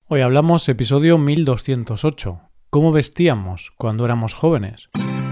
Hoy hablamos episodio 1208. ¿Cómo vestíamos cuando éramos jóvenes?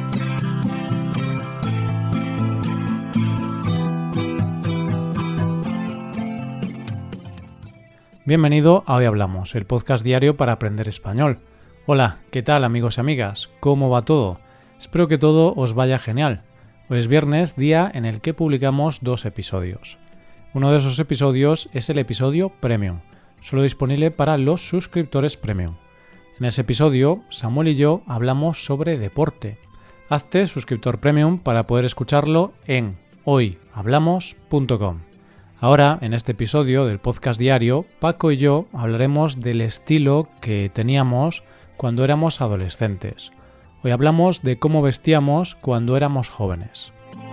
Bienvenido a Hoy Hablamos, el podcast diario para aprender español. Hola, ¿qué tal amigos y amigas? ¿Cómo va todo? Espero que todo os vaya genial. Hoy es viernes, día en el que publicamos 2 episodios. Uno de esos episodios es el episodio Premium, solo disponible para los suscriptores Premium. En ese episodio, Samuel y yo hablamos sobre deporte. Hazte suscriptor Premium para poder escucharlo en hoyhablamos.com. Ahora, en este episodio del podcast diario, Paco y yo hablaremos del estilo que teníamos cuando éramos adolescentes. Hoy hablamos de cómo vestíamos cuando éramos jóvenes.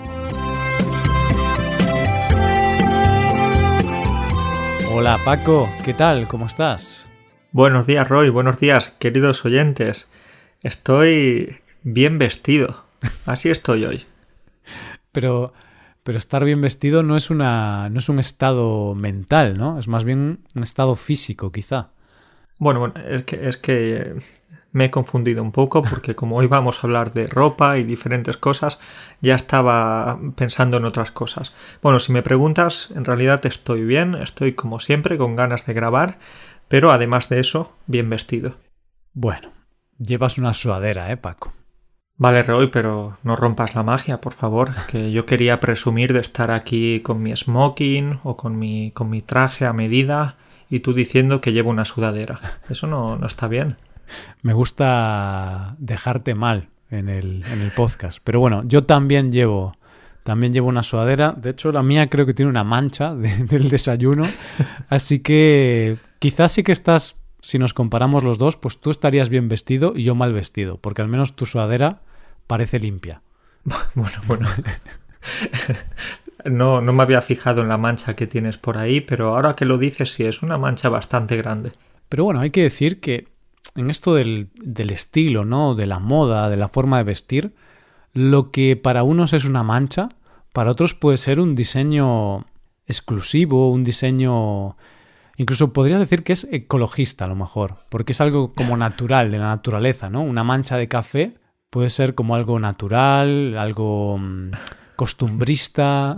Hola Paco, ¿qué tal? ¿Cómo estás? Buenos días Roy, buenos días queridos oyentes. Estoy bien vestido, así estoy hoy. Pero estar bien vestido no es un estado mental, ¿no? Es más bien un estado físico, quizá. Bueno, es que me he confundido un poco porque como hoy vamos a hablar de ropa y diferentes cosas, ya estaba pensando en otras cosas. Bueno, si me preguntas, en realidad estoy bien, estoy como siempre con ganas de grabar, pero además de eso, bien vestido. Bueno, llevas una sudadera, Paco? Vale, Roy, pero no rompas la magia, por favor, que yo quería presumir de estar aquí con mi smoking o con mi traje a medida y tú diciendo que llevo una sudadera. Eso no está bien. Me gusta dejarte mal en el podcast, pero bueno, yo también llevo una sudadera. De hecho, la mía creo que tiene una mancha del desayuno, así que quizás sí que estás, si nos comparamos los dos, pues tú estarías bien vestido y yo mal vestido, porque al menos tu sudadera parece limpia. Bueno. No me había fijado en la mancha que tienes por ahí, pero ahora que lo dices sí, es una mancha bastante grande. Pero bueno, hay que decir que en esto del estilo, ¿no? De la moda, de la forma de vestir, lo que para unos es una mancha, para otros puede ser un diseño exclusivo, un diseño... Incluso podrías decir que es ecologista a lo mejor, porque es algo como natural, de la naturaleza, ¿no? Una mancha de café puede ser como algo natural, algo costumbrista.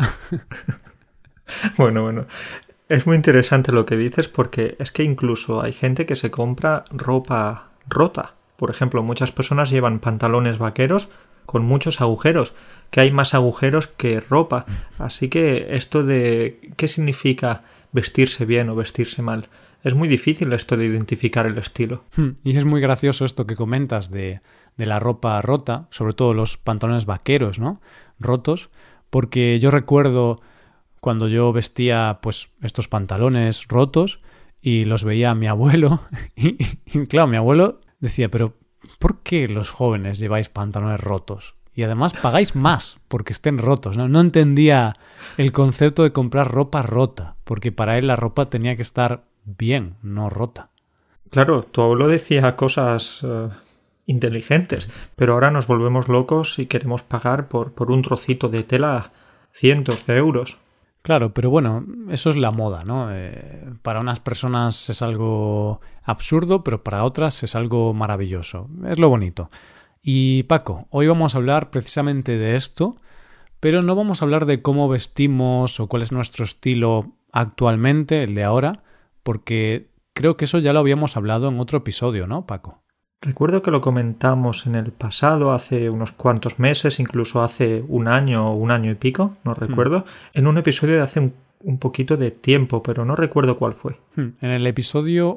Bueno. Es muy interesante lo que dices porque es que incluso hay gente que se compra ropa rota. Por ejemplo, muchas personas llevan pantalones vaqueros con muchos agujeros, que hay más agujeros que ropa. Así que esto de qué significa vestirse bien o vestirse mal, es muy difícil esto de identificar el estilo. Y es muy gracioso esto que comentas de la ropa rota, sobre todo los pantalones vaqueros, ¿no? Rotos, porque yo recuerdo cuando yo vestía pues estos pantalones rotos y los veía a mi abuelo y claro, mi abuelo decía, pero ¿por qué los jóvenes lleváis pantalones rotos? Y además pagáis más porque estén rotos, ¿no? No entendía el concepto de comprar ropa rota, porque para él la ropa tenía que estar bien, no rota. Claro, tu abuelo decía cosas inteligentes, pero ahora nos volvemos locos y queremos pagar por un trocito de tela cientos de euros. Claro, pero bueno, eso es la moda, ¿no? Para unas personas es algo absurdo, pero para otras es algo maravilloso. Es lo bonito. Y Paco, hoy vamos a hablar precisamente de esto, pero no vamos a hablar de cómo vestimos o cuál es nuestro estilo actualmente, el de ahora, porque creo que eso ya lo habíamos hablado en otro episodio, ¿no, Paco? Recuerdo que lo comentamos en el pasado, hace unos cuantos meses, incluso hace un año o un año y pico, no recuerdo, en un episodio de hace un poquito de tiempo, pero no recuerdo cuál fue. En el episodio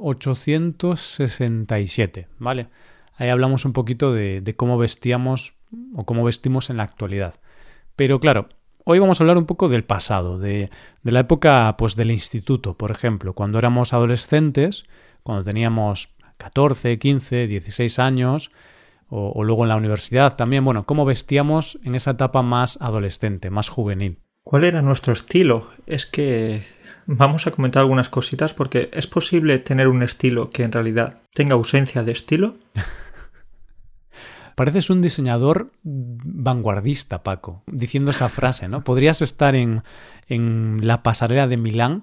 867, ¿vale? Ahí hablamos un poquito de cómo vestíamos o cómo vestimos en la actualidad. Pero claro, hoy vamos a hablar un poco del pasado, de la época pues del instituto, por ejemplo, cuando éramos adolescentes, cuando teníamos 14, 15, 16 años o luego en la universidad también. Bueno, cómo vestíamos en esa etapa más adolescente, más juvenil. ¿Cuál era nuestro estilo? Es que vamos a comentar algunas cositas porque ¿es posible tener un estilo que en realidad tenga ausencia de estilo? Pareces un diseñador vanguardista, Paco, diciendo esa frase, ¿no? Podrías estar en la pasarela de Milán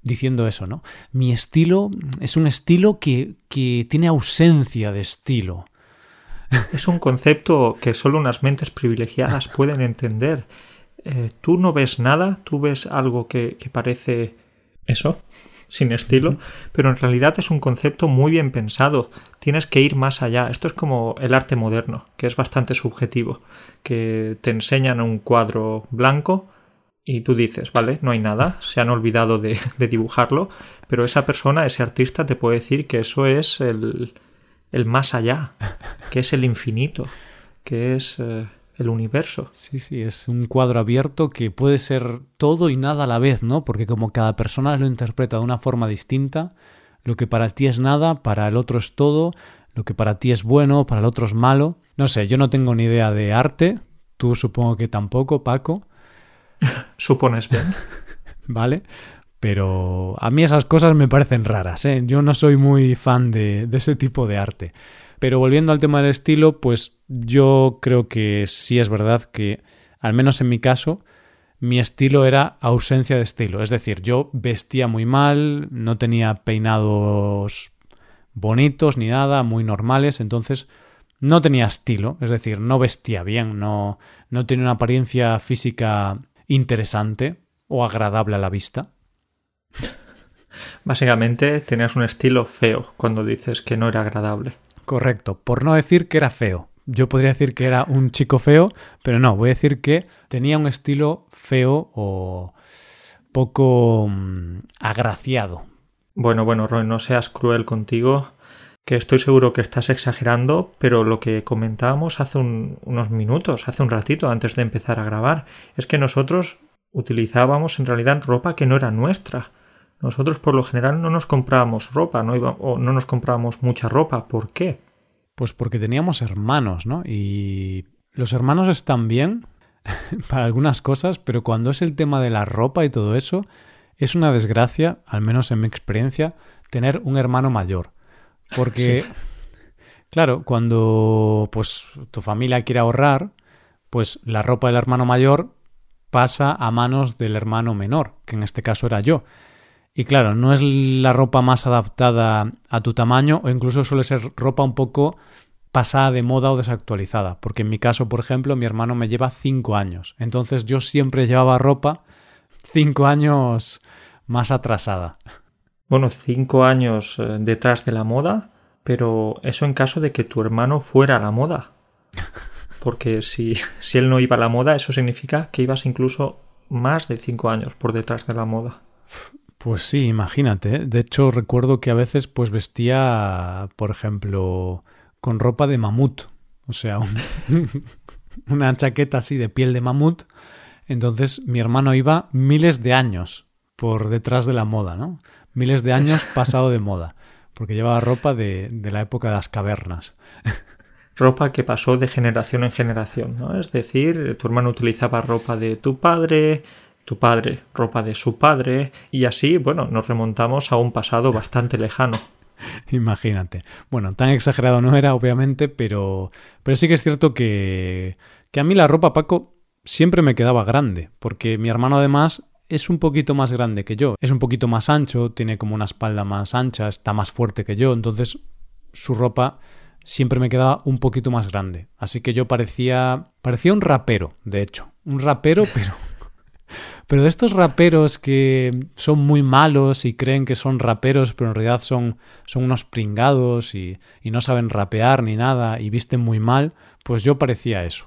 diciendo eso, ¿no? Mi estilo es un estilo que tiene ausencia de estilo. Es un concepto que solo unas mentes privilegiadas pueden entender. Tú no ves nada, tú ves algo que parece eso, sin estilo, pero en realidad es un concepto muy bien pensado. Tienes que ir más allá. Esto es como el arte moderno, que es bastante subjetivo, que te enseñan un cuadro blanco y tú dices, vale, no hay nada, se han olvidado de dibujarlo, pero esa persona, ese artista te puede decir que eso es el más allá, que es el infinito, que es el universo. Sí, es un cuadro abierto que puede ser todo y nada a la vez, ¿no? Porque como cada persona lo interpreta de una forma distinta, lo que para ti es nada, para el otro es todo, lo que para ti es bueno, para el otro es malo. No sé, yo no tengo ni idea de arte, tú supongo que tampoco, Paco. Supones bien. Vale, pero a mí esas cosas me parecen raras, ¿eh? Yo no soy muy fan de ese tipo de arte. Pero volviendo al tema del estilo, pues yo creo que sí es verdad que, al menos en mi caso, mi estilo era ausencia de estilo. Es decir, yo vestía muy mal, no tenía peinados bonitos ni nada, muy normales, entonces no tenía estilo. Es decir, no vestía bien, no tenía una apariencia física interesante o agradable a la vista. Básicamente tenías un estilo feo cuando dices que no era agradable. Correcto, por no decir que era feo. Yo podría decir que era un chico feo, pero no, voy a decir que tenía un estilo feo o poco agraciado. Bueno, Roy, no seas cruel contigo, que estoy seguro que estás exagerando, pero lo que comentábamos hace unos minutos, hace un ratito antes de empezar a grabar, es que nosotros utilizábamos en realidad ropa que no era nuestra. Nosotros por lo general no nos comprábamos ropa, no nos comprábamos mucha ropa. ¿Por qué? Pues porque teníamos hermanos, ¿no? Y los hermanos están bien para algunas cosas, pero cuando es el tema de la ropa y todo eso, es una desgracia, al menos en mi experiencia, tener un hermano mayor. Porque, sí. Claro, cuando pues tu familia quiere ahorrar, pues la ropa del hermano mayor pasa a manos del hermano menor, que en este caso era yo. Y claro, no es la ropa más adaptada a tu tamaño o incluso suele ser ropa un poco pasada de moda o desactualizada. Porque en mi caso, por ejemplo, mi hermano me lleva 5 años. Entonces yo siempre llevaba ropa 5 años más atrasada. Bueno, 5 años detrás de la moda, pero eso en caso de que tu hermano fuera a la moda. Porque si él no iba a la moda, eso significa que ibas incluso más de 5 años por detrás de la moda. Pues sí, imagínate. De hecho, recuerdo que a veces pues vestía, por ejemplo, con ropa de mamut. O sea, una chaqueta así de piel de mamut. Entonces mi hermano iba miles de años por detrás de la moda, ¿no? Miles de años pasado de moda. Porque llevaba ropa de la época de las cavernas. Ropa que pasó de generación en generación, ¿no? Es decir, tu hermano utilizaba ropa de tu padre ropa de su padre, y así, bueno, nos remontamos a un pasado bastante lejano. Imagínate. Bueno, tan exagerado no era, obviamente, pero sí que es cierto que a mí la ropa, Paco, siempre me quedaba grande, porque mi hermano además es un poquito más grande que yo, es un poquito más ancho, tiene como una espalda más ancha, está más fuerte que yo, entonces su ropa siempre me quedaba un poquito más grande. Así que yo parecía un rapero, de hecho. Un rapero, pero de estos raperos que son muy malos y creen que son raperos, pero en realidad son unos pringados y no saben rapear ni nada y visten muy mal, pues yo parecía eso.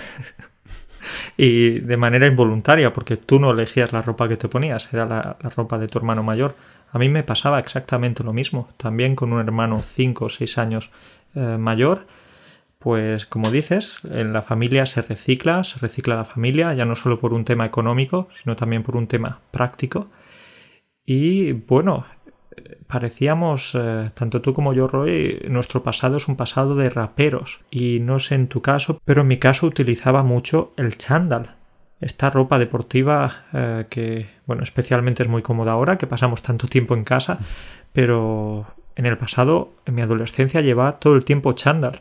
Y de manera involuntaria, porque tú no elegías la ropa que te ponías, era la ropa de tu hermano mayor. A mí me pasaba exactamente lo mismo, también con un hermano 5 o 6 años mayor. Pues como dices, en la familia se recicla la familia, ya no solo por un tema económico, sino también por un tema práctico. Y bueno, parecíamos, tanto tú como yo, Roy, nuestro pasado es un pasado de raperos. Y no sé en tu caso, pero en mi caso utilizaba mucho el chándal. Esta ropa deportiva que, bueno, especialmente es muy cómoda ahora, que pasamos tanto tiempo en casa, pero en el pasado, en mi adolescencia, llevaba todo el tiempo chándal.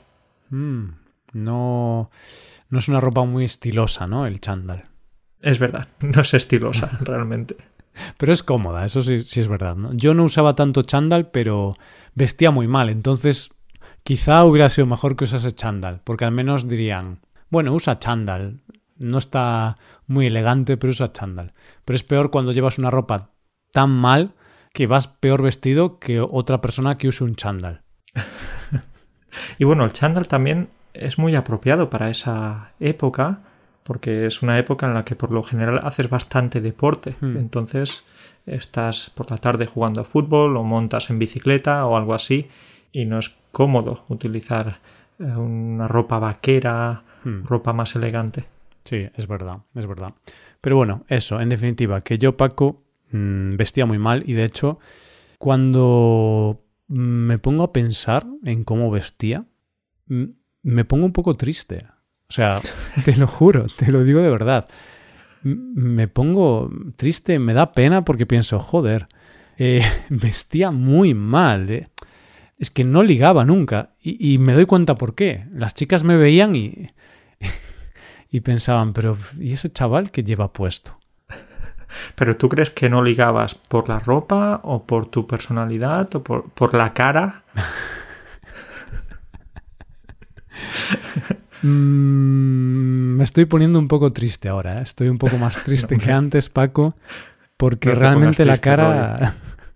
No es una ropa muy estilosa, ¿no? El chándal. Es verdad, no es estilosa realmente. Pero es cómoda, eso sí, sí es verdad, ¿no? Yo no usaba tanto chándal, pero vestía muy mal. Entonces, quizá hubiera sido mejor que usase chándal, porque al menos dirían, bueno, usa chándal. No está muy elegante, pero usa chándal. Pero es peor cuando llevas una ropa tan mal que vas peor vestido que otra persona que use un chándal. Y bueno, el chándal también es muy apropiado para esa época, porque es una época en la que por lo general haces bastante deporte. Entonces estás por la tarde jugando a fútbol o montas en bicicleta o algo así y no es cómodo utilizar una ropa vaquera, ropa más elegante. Sí, es verdad, es verdad. Pero bueno, eso, en definitiva, que yo, Paco, vestía muy mal y de hecho, cuando me pongo a pensar en cómo vestía, me pongo un poco triste. O sea, te lo juro, te lo digo de verdad. Me pongo triste, me da pena porque pienso, joder, vestía muy mal. Es que no ligaba nunca y me doy cuenta por qué. Las chicas me veían y pensaban, pero ¿y ese chaval que lleva puesto? ¿Pero tú crees que no ligabas por la ropa o por tu personalidad o por la cara? Me estoy poniendo un poco triste ahora, ¿eh? Estoy un poco más triste que antes, Paco, porque no realmente la triste, cara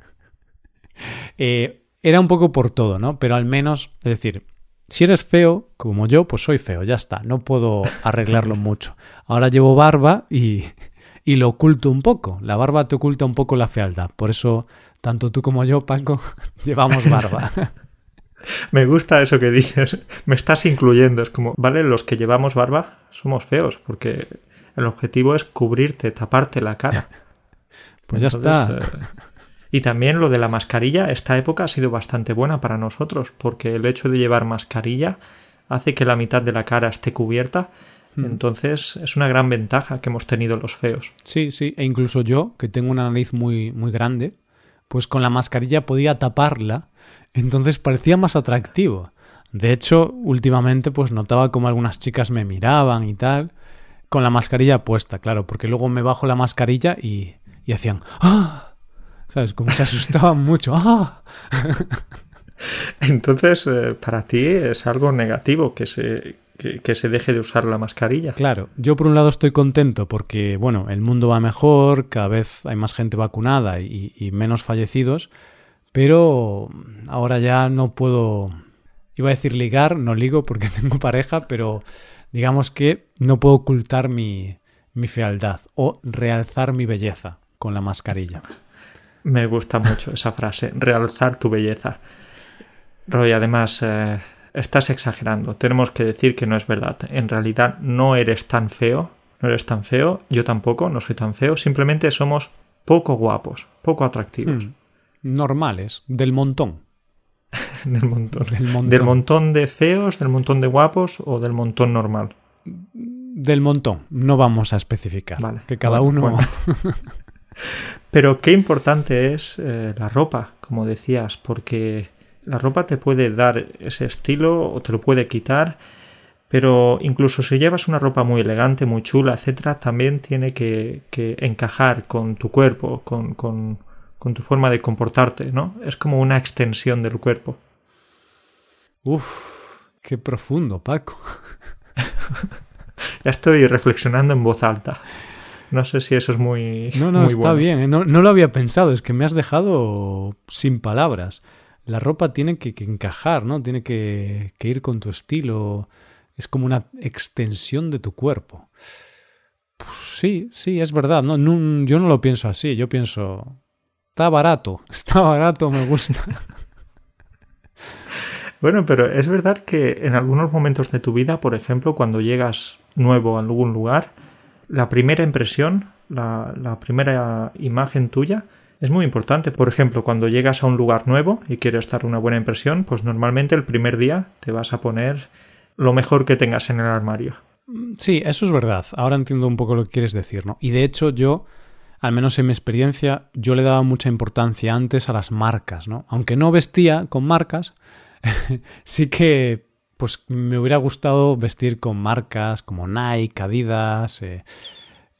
era un poco por todo, ¿no? Pero al menos, es decir, si eres feo, como yo, pues soy feo, ya está, no puedo arreglarlo mucho. Ahora llevo barba y lo oculto un poco. La barba te oculta un poco la fealdad, por eso tanto tú como yo, Paco, llevamos barba. Me gusta eso que dices. Me estás incluyendo. Es como, vale, los que llevamos barba somos feos, porque el objetivo es cubrirte, taparte la cara. Pues entonces, ya está. Y también lo de la mascarilla, esta época ha sido bastante buena para nosotros, porque el hecho de llevar mascarilla hace que la mitad de la cara esté cubierta. Entonces es una gran ventaja que hemos tenido los feos. Sí, sí. E incluso yo, que tengo una nariz muy, muy grande, pues con la mascarilla podía taparla. Entonces parecía más atractivo. De hecho, últimamente pues notaba como algunas chicas me miraban y tal, con la mascarilla puesta, claro, porque luego me bajo la mascarilla y hacían ¡ah! ¿Sabes? Como se asustaban mucho. ¡Ah! Entonces, para ti es algo negativo que se deje de usar la mascarilla. Claro, yo por un lado estoy contento porque, bueno, el mundo va mejor, cada vez hay más gente vacunada y menos fallecidos, pero ahora ya no puedo, iba a decir ligar, no ligo porque tengo pareja, pero digamos que no puedo ocultar mi fealdad o realzar mi belleza con la mascarilla. Me gusta mucho esa frase, realzar tu belleza. Roy, además, estás exagerando. Tenemos que decir que no es verdad. En realidad no eres tan feo. No eres tan feo. Yo tampoco, no soy tan feo. Simplemente somos poco guapos, poco atractivos. Normales, del montón. Del montón. ¿Del montón de feos, del montón de guapos o del montón normal? Del montón. No vamos a especificar. Vale, que cada uno... Bueno. Pero qué importante es la ropa, como decías, porque la ropa te puede dar ese estilo o te lo puede quitar, pero incluso si llevas una ropa muy elegante, muy chula, etcétera, también tiene que encajar con tu cuerpo, con tu forma de comportarte, ¿no? Es como una extensión del cuerpo. Uf, qué profundo, Paco. Ya estoy reflexionando en voz alta. No sé si eso es muy No, muy está bueno. bien. No lo había pensado. Es que me has dejado sin palabras. La ropa tiene que encajar, ¿no? Tiene que ir con tu estilo. Es como una extensión de tu cuerpo. Pues sí, es verdad. No, yo no lo pienso así. Yo pienso, está barato, me gusta. Bueno, pero es verdad que en algunos momentos de tu vida, por ejemplo, cuando llegas nuevo a algún lugar, la primera impresión, la primera imagen tuya es muy importante. Por ejemplo, cuando llegas a un lugar nuevo y quieres dar una buena impresión, pues normalmente el primer día te vas a poner lo mejor que tengas en el armario. Sí, eso es verdad. Ahora entiendo un poco lo que quieres decir, ¿no? Y de hecho yo, al menos en mi experiencia, yo le daba mucha importancia antes a las marcas, ¿no? Aunque no vestía con marcas, sí que pues me hubiera gustado vestir con marcas como Nike, Adidas,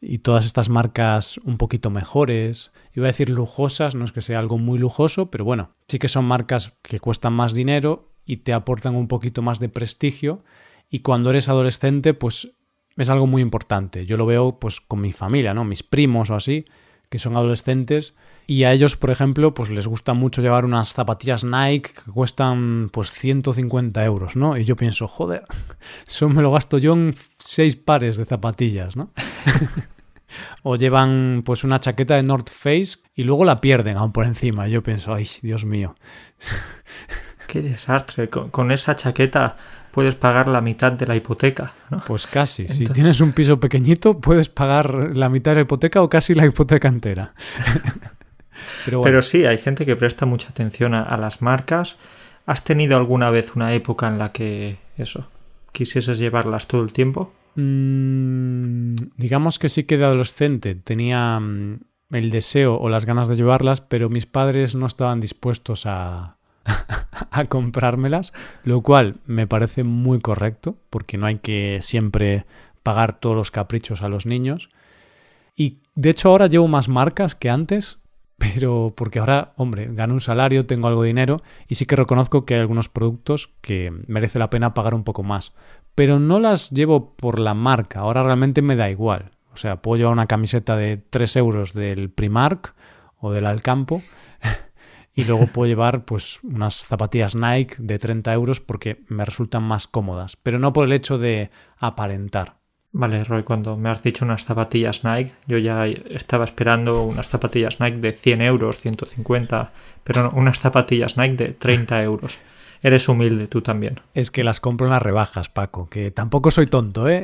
y todas estas marcas un poquito mejores. Iba a decir lujosas, no es que sea algo muy lujoso, pero bueno, sí que son marcas que cuestan más dinero y te aportan un poquito más de prestigio, y cuando eres adolescente pues es algo muy importante. Yo lo veo pues con mi familia, ¿no? Mis primos o así, que son adolescentes, y a ellos, por ejemplo, pues les gusta mucho llevar unas zapatillas Nike que cuestan pues 150 euros, ¿no? Y yo pienso, joder, eso me lo gasto yo en 6 pares de zapatillas, ¿no? O llevan pues una chaqueta de North Face y luego la pierden aún por encima. Y yo pienso, ay, Dios mío. Qué desastre. Con esa chaqueta puedes pagar la mitad de la hipoteca, ¿no? Pues casi. Entonces... si tienes un piso pequeñito, puedes pagar la mitad de la hipoteca o casi la hipoteca entera. Pero sí, hay gente que presta mucha atención a las marcas. ¿Has tenido alguna vez una época en la que eso, quisieses llevarlas todo el tiempo? Digamos que sí que de adolescente tenía el deseo o las ganas de llevarlas, pero mis padres no estaban dispuestos a comprármelas, lo cual me parece muy correcto, porque no hay que siempre pagar todos los caprichos a los niños. Y de hecho ahora llevo más marcas que antes, pero porque ahora, hombre, gano un salario, tengo algo de dinero y sí que reconozco que hay algunos productos que merece la pena pagar un poco más. Pero no las llevo por la marca, ahora realmente me da igual. O sea, puedo llevar una camiseta de 3 euros del Primark o del Alcampo y luego puedo llevar pues unas zapatillas Nike de 30 euros porque me resultan más cómodas, pero no por el hecho de aparentar. Vale, Roy, cuando me has dicho unas zapatillas Nike, yo ya estaba esperando unas zapatillas Nike de 100 euros, 150, pero no, unas zapatillas Nike de 30 euros. Eres humilde tú también. Es que las compro en las rebajas, Paco, que tampoco soy tonto, ¿eh?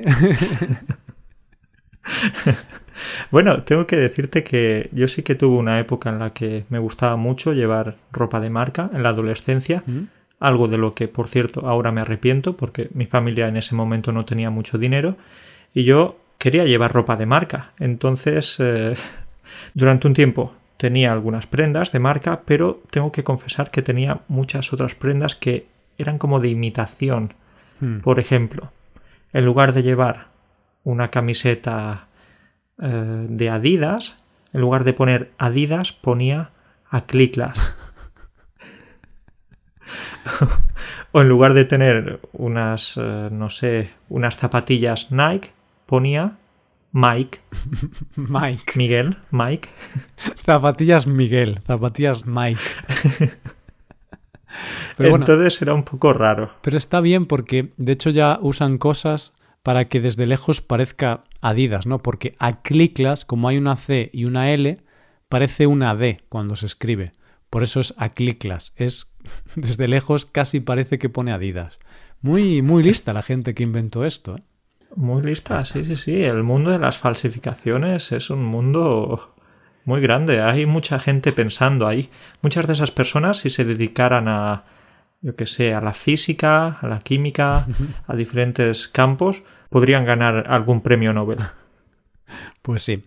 Bueno, tengo que decirte que yo sí que tuve una época en la que me gustaba mucho llevar ropa de marca en la adolescencia, algo de lo que, por cierto, ahora me arrepiento porque mi familia en ese momento no tenía mucho dinero y yo quería llevar ropa de marca. Entonces, durante un tiempo tenía algunas prendas de marca, pero tengo que confesar que tenía muchas otras prendas que eran como de imitación. Por ejemplo, en lugar de llevar una camiseta de Adidas, en lugar de poner Adidas ponía Acliclas. O en lugar de tener unas, no sé, unas zapatillas Nike, ponía Mike. Mike. Miguel, Mike. Zapatillas Miguel, zapatillas Mike. Pero entonces era un poco raro. Pero está bien porque de hecho ya usan cosas para que desde lejos parezca Adidas, ¿no? Porque Acliclas, como hay una C y una L, parece una D cuando se escribe. Por eso es Acliclas. Es desde lejos casi parece que pone Adidas. Muy, muy lista la gente que inventó esto, ¿eh? Muy lista, sí, sí, sí. El mundo de las falsificaciones es un mundo muy grande. Hay mucha gente pensando ahí. Muchas de esas personas, si se dedicaran a, yo qué sé, a la física, a la química, a diferentes campos, podrían ganar algún premio Nobel. Pues sí.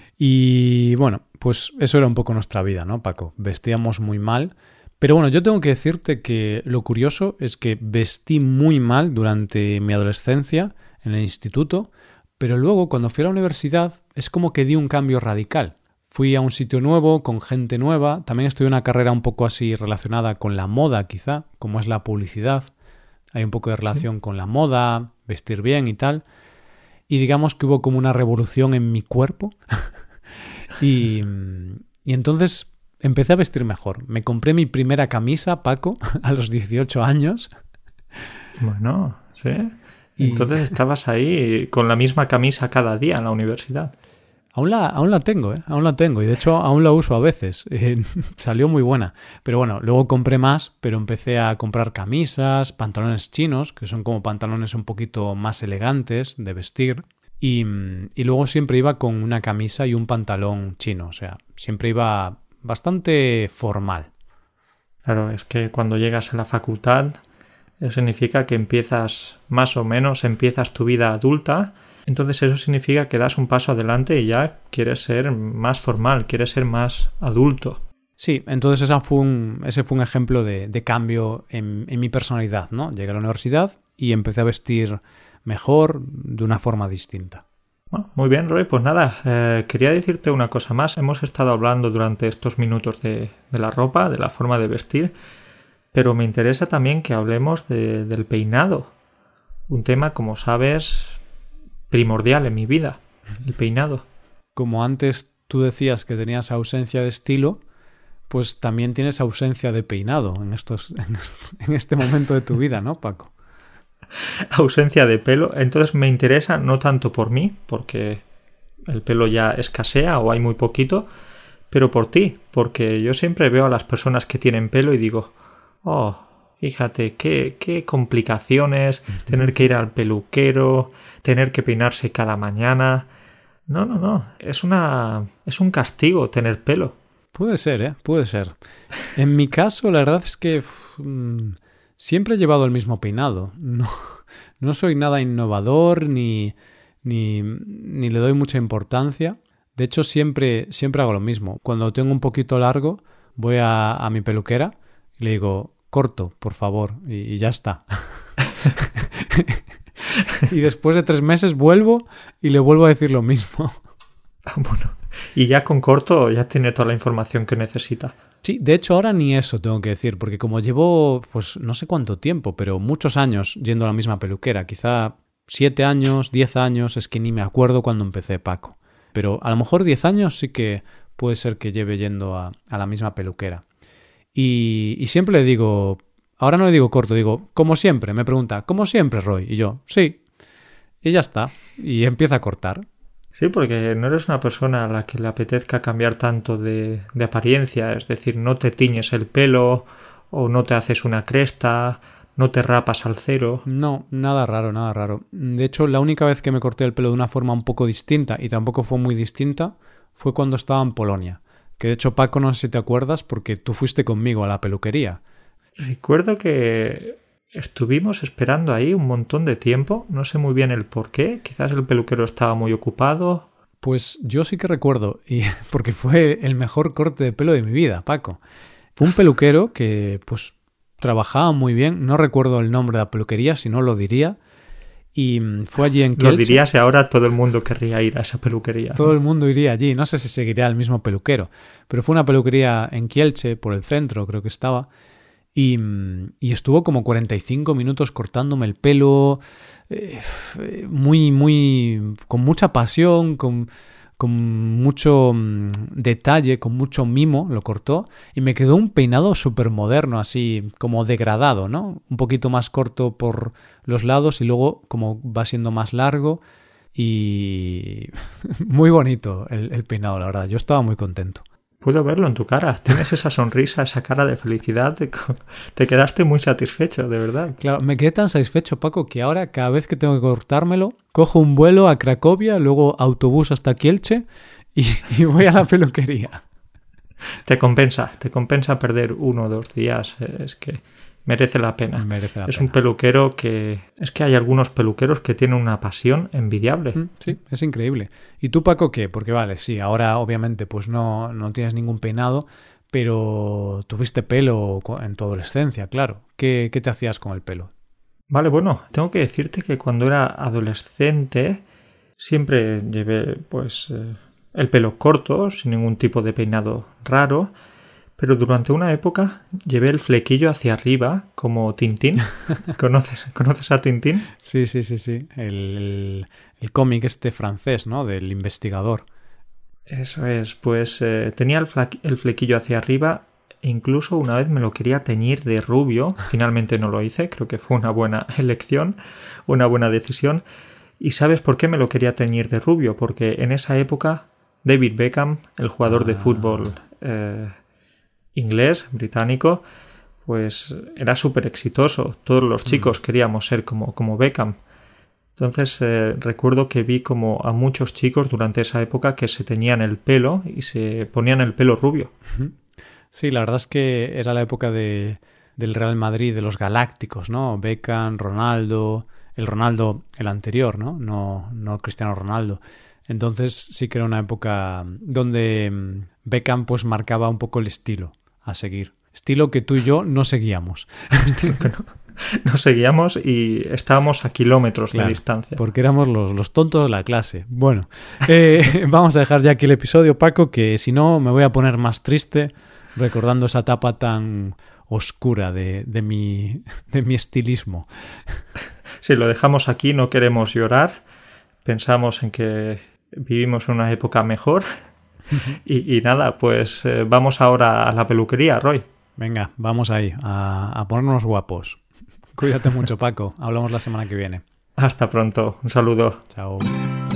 Y bueno, pues eso era un poco nuestra vida, ¿no, Paco? Vestíamos muy mal. Pero bueno, yo tengo que decirte que lo curioso es que vestí muy mal durante mi adolescencia en el instituto, pero luego cuando fui a la universidad es como que di un cambio radical. Fui a un sitio nuevo, con gente nueva, también estudié una carrera un poco así relacionada con la moda quizá, como es la publicidad. Hay un poco de relación con la moda, vestir bien y tal. Y digamos que hubo como una revolución en mi cuerpo. y entonces empecé a vestir mejor. Me compré mi primera camisa, Paco, a los 18 años. Bueno, sí. Entonces estabas ahí con la misma camisa cada día en la universidad. Aún la tengo, ¿eh? Aún la tengo. Y de hecho aún la uso a veces. Salió muy buena. Pero bueno, luego compré más, pero empecé a comprar camisas, pantalones chinos, que son como pantalones un poquito más elegantes de vestir. Y luego siempre iba con una camisa y un pantalón chino. O sea, siempre iba bastante formal. Claro, es que cuando llegas a la facultad, eso significa que empiezas tu vida adulta. Entonces eso significa que das un paso adelante y ya quieres ser más formal, quieres ser más adulto. Sí, entonces ese fue un ejemplo de cambio en mi personalidad, ¿no? Llegué a la universidad y empecé a vestir mejor de una forma distinta. Bueno, muy bien, Roy. Pues nada, quería decirte una cosa más. Hemos estado hablando durante estos minutos de la ropa, de la forma de vestir, pero me interesa también que hablemos del peinado. Un tema, como sabes, primordial en mi vida, el peinado. Como antes tú decías que tenías ausencia de estilo, pues también tienes ausencia de peinado en este momento de tu vida, ¿no, Paco? Ausencia de pelo. Entonces me interesa no tanto por mí, porque el pelo ya escasea o hay muy poquito, pero por ti, porque yo siempre veo a las personas que tienen pelo y digo, oh, fíjate, qué complicaciones, tener que ir al peluquero, tener que peinarse cada mañana. No, es un castigo tener pelo. Puede ser, ¿eh? Puede ser. En mi caso, la verdad es que siempre he llevado el mismo peinado. No soy nada innovador ni le doy mucha importancia. De hecho, siempre hago lo mismo. Cuando tengo un poquito largo, voy a mi peluquera y le digo, corto, por favor, y ya está. Y después de 3 meses vuelvo y le vuelvo a decir lo mismo. Bueno, y ya con corto ya tiene toda la información que necesita. Sí, de hecho ahora ni eso tengo que decir, porque como llevo, pues no sé cuánto tiempo, pero muchos años yendo a la misma peluquera, quizá 7 años, 10 años, es que ni me acuerdo cuando empecé, Paco. Pero a lo mejor 10 años sí que puede ser que lleve yendo a la misma peluquera. Y siempre le digo, ahora no le digo corto, digo, como siempre. Me pregunta, ¿como siempre, Roy? Y yo, sí. Y ya está. Y empieza a cortar. Sí, porque no eres una persona a la que le apetezca cambiar tanto de apariencia. Es decir, no te tiñes el pelo o no te haces una cresta, no te rapas al cero. No, nada raro, nada raro. De hecho, la única vez que me corté el pelo de una forma un poco distinta, y tampoco fue muy distinta, fue cuando estaba en Polonia. Que de hecho, Paco, no sé si te acuerdas, porque tú fuiste conmigo a la peluquería. Recuerdo que estuvimos esperando ahí un montón de tiempo, no sé muy bien el por qué, quizás el peluquero estaba muy ocupado. Pues yo sí que recuerdo, y porque fue el mejor corte de pelo de mi vida, Paco. Fue un peluquero que pues trabajaba muy bien, no recuerdo el nombre de la peluquería, si no lo diría, y fue allí en Kielce. Lo dirías y ahora todo el mundo querría ir a esa peluquería. Todo el mundo iría allí, no sé si seguiría el mismo peluquero, pero fue una peluquería en Kielce, por el centro creo que estaba, y estuvo como 45 minutos cortándome el pelo, con mucha pasión, con mucho detalle, con mucho mimo, lo cortó y me quedó un peinado súper moderno, así como degradado, ¿no? Un poquito más corto por los lados y luego como va siendo más largo y muy bonito el peinado, la verdad. Yo estaba muy contento. Puedo verlo en tu cara. Tienes esa sonrisa, esa cara de felicidad. Te quedaste muy satisfecho, de verdad. Claro, me quedé tan satisfecho, Paco, que ahora cada vez que tengo que cortármelo, cojo un vuelo a Cracovia, luego autobús hasta Kielce y voy a la peluquería. Te compensa perder 1 o 2 días. Es que merece la pena. Es un peluquero que... Es que hay algunos peluqueros que tienen una pasión envidiable. Sí, es increíble. ¿Y tú, Paco, qué? Porque vale, sí, ahora obviamente pues no tienes ningún peinado, pero tuviste pelo en tu adolescencia, claro. ¿Qué te hacías con el pelo? Vale, bueno, tengo que decirte que cuando era adolescente siempre llevé pues el pelo corto, sin ningún tipo de peinado raro. Pero durante una época llevé el flequillo hacia arriba, como Tintín. ¿Conoces a Tintín? Sí. El cómic francés, ¿no? Del investigador. Eso es, pues tenía el flequillo hacia arriba e incluso una vez me lo quería teñir de rubio. Finalmente no lo hice, creo que fue una buena elección, una buena decisión. ¿Y sabes por qué me lo quería teñir de rubio? Porque en esa época David Beckham, el jugador de fútbol inglés, británico, pues era súper exitoso. Todos los chicos queríamos ser como Beckham. Entonces recuerdo que vi como a muchos chicos durante esa época que se teñían el pelo y se ponían el pelo rubio. Sí, la verdad es que era la época del Real Madrid, de los galácticos, ¿no? Beckham, Ronaldo, el anterior, ¿no? No Cristiano Ronaldo. Entonces sí que era una época donde Beckham pues marcaba un poco el estilo a seguir. Estilo que tú y yo no seguíamos. nos seguíamos y estábamos a kilómetros de distancia. Porque éramos los tontos de la clase. Bueno, vamos a dejar ya aquí el episodio, Paco, que si no me voy a poner más triste recordando esa etapa tan oscura de mi estilismo. Si lo dejamos aquí, no queremos llorar. Pensamos en que vivimos una época mejor. Y nada, pues vamos ahora a la peluquería, Roy. Venga, vamos ahí, a ponernos guapos. Cuídate mucho, Paco. Hablamos la semana que viene. Hasta pronto. Un saludo. Chao.